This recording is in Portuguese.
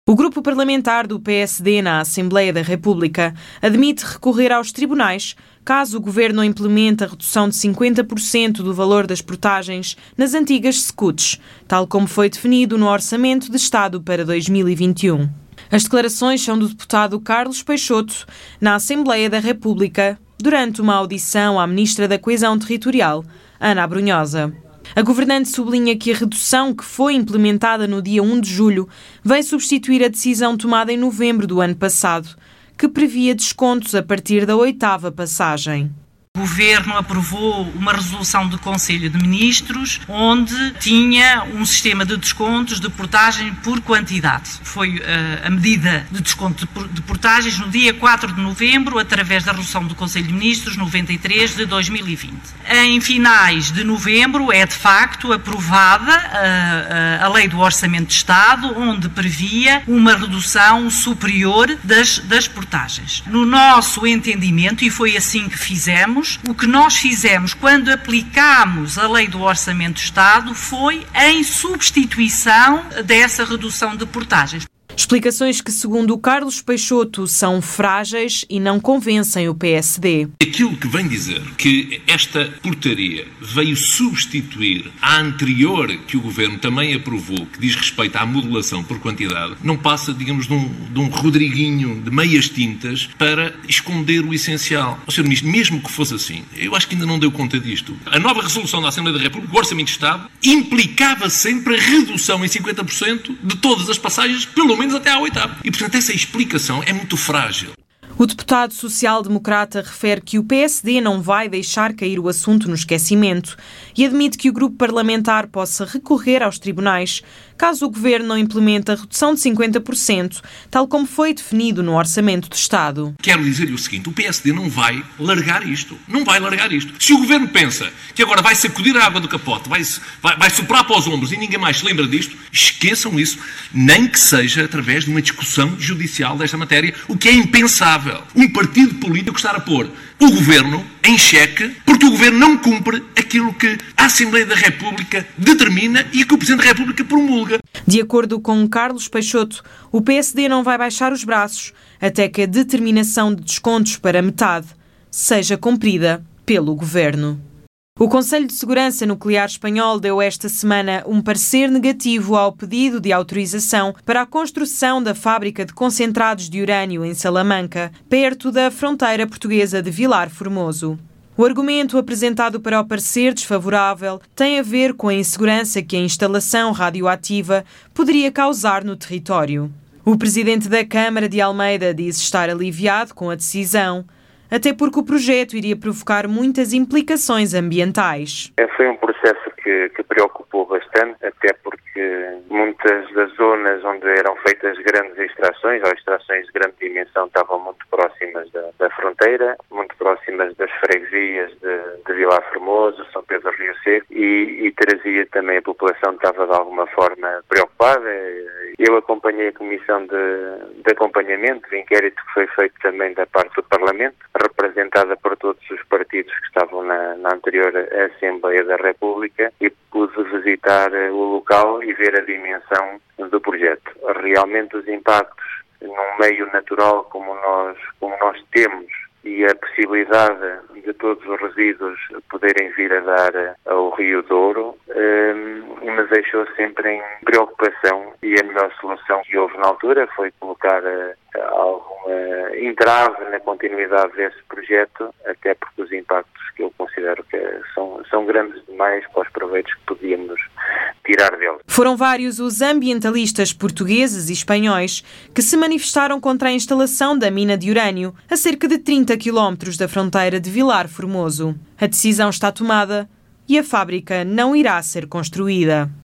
O grupo parlamentar do PSD na Assembleia da República admite recorrer aos tribunais caso o governo implemente a redução de 50% do valor das portagens nas antigas SCUTs, tal como foi definido no Orçamento de Estado para 2021. As declarações são do deputado Carlos Peixoto na Assembleia da República durante uma audição à Ministra da Coesão Territorial, Ana Abrunhosa. A governante sublinha que a redução que foi implementada no dia 1 de julho vem substituir a decisão tomada em novembro do ano passado, que previa descontos a partir da 8ª passagem. O Governo aprovou uma resolução do Conselho de Ministros onde tinha um sistema de descontos de portagem por quantidade. Foi a medida de desconto de portagens no dia 4 de novembro, através da resolução do Conselho de Ministros 93 de 2020. Em finais de novembro é de facto aprovada a Lei do Orçamento de Estado, onde previa uma redução superior das portagens. No nosso entendimento, e foi assim que fizemos, o que nós fizemos quando aplicámos a Lei do Orçamento de Estado foi em substituição dessa redução de portagens. Explicações que, segundo o Carlos Peixoto, são frágeis e não convencem o PSD. Aquilo que vem dizer que esta portaria veio substituir a anterior que o Governo também aprovou, que diz respeito à modulação por quantidade, não passa, digamos, de um Rodriguinho de meias tintas para esconder o essencial. Sr. Ministro, mesmo que fosse assim, eu acho que ainda não deu conta disto. A nova resolução da Assembleia da República, o Orçamento de Estado, implicava sempre a redução em 50% de todas as passagens, pelo menos até à 8ª. E, portanto, essa explicação é muito frágil. O deputado social-democrata refere que o PSD não vai deixar cair o assunto no esquecimento e admite que o grupo parlamentar possa recorrer aos tribunais caso o governo não implemente a redução de 50%, tal como foi definido no Orçamento de Estado. Quero dizer-lhe o seguinte, o PSD não vai largar isto. Não vai largar isto. Se o governo pensa que agora vai sacudir a água do capote, vai soprar para os ombros e ninguém mais se lembra disto, esqueçam isso, nem que seja através de uma discussão judicial desta matéria, o que é impensável. Um partido político estar a pôr o governo em xeque porque o governo não cumpre aquilo que a Assembleia da República determina e que o Presidente da República promulga. De acordo com Carlos Peixoto, o PSD não vai baixar os braços até que a determinação de descontos para metade seja cumprida pelo governo. O Conselho de Segurança Nuclear espanhol deu esta semana um parecer negativo ao pedido de autorização para a construção da fábrica de concentrados de urânio em Salamanca, perto da fronteira portuguesa de Vilar Formoso. O argumento apresentado para o parecer desfavorável tem a ver com a insegurança que a instalação radioativa poderia causar no território. O presidente da Câmara de Almeida diz estar aliviado com a decisão, até porque o projeto iria provocar muitas implicações ambientais. Foi um processo que preocupou bastante, até porque muitas das zonas onde eram feitas grandes extrações, ou extrações de grande dimensão, estavam muito próximas da fronteira, muito próximas das freguesias de Vilar Formoso, São Pedro do Rio Seco, e trazia também a população que estava de alguma forma preocupada. Eu acompanhei a comissão de acompanhamento, de inquérito que foi feito também da parte do Parlamento, representada por todos os partidos que estavam na anterior Assembleia da República, e pude visitar o local e ver a dimensão do projeto. Realmente os impactos num meio natural como nós temos e a possibilidade de todos os resíduos poderem vir a dar ao Rio Douro me deixou sempre em preocupação, e a melhor solução que houve na altura foi colocar alguma entrave na continuidade desse projeto, até porque os impactos que eu considero que são grandes demais para os proveitos que podíamos tirar dele. Foram vários os ambientalistas portugueses e espanhóis que se manifestaram contra a instalação da mina de urânio a cerca de 30 quilómetros da fronteira de Vilar Formoso. A decisão está tomada e a fábrica não irá ser construída.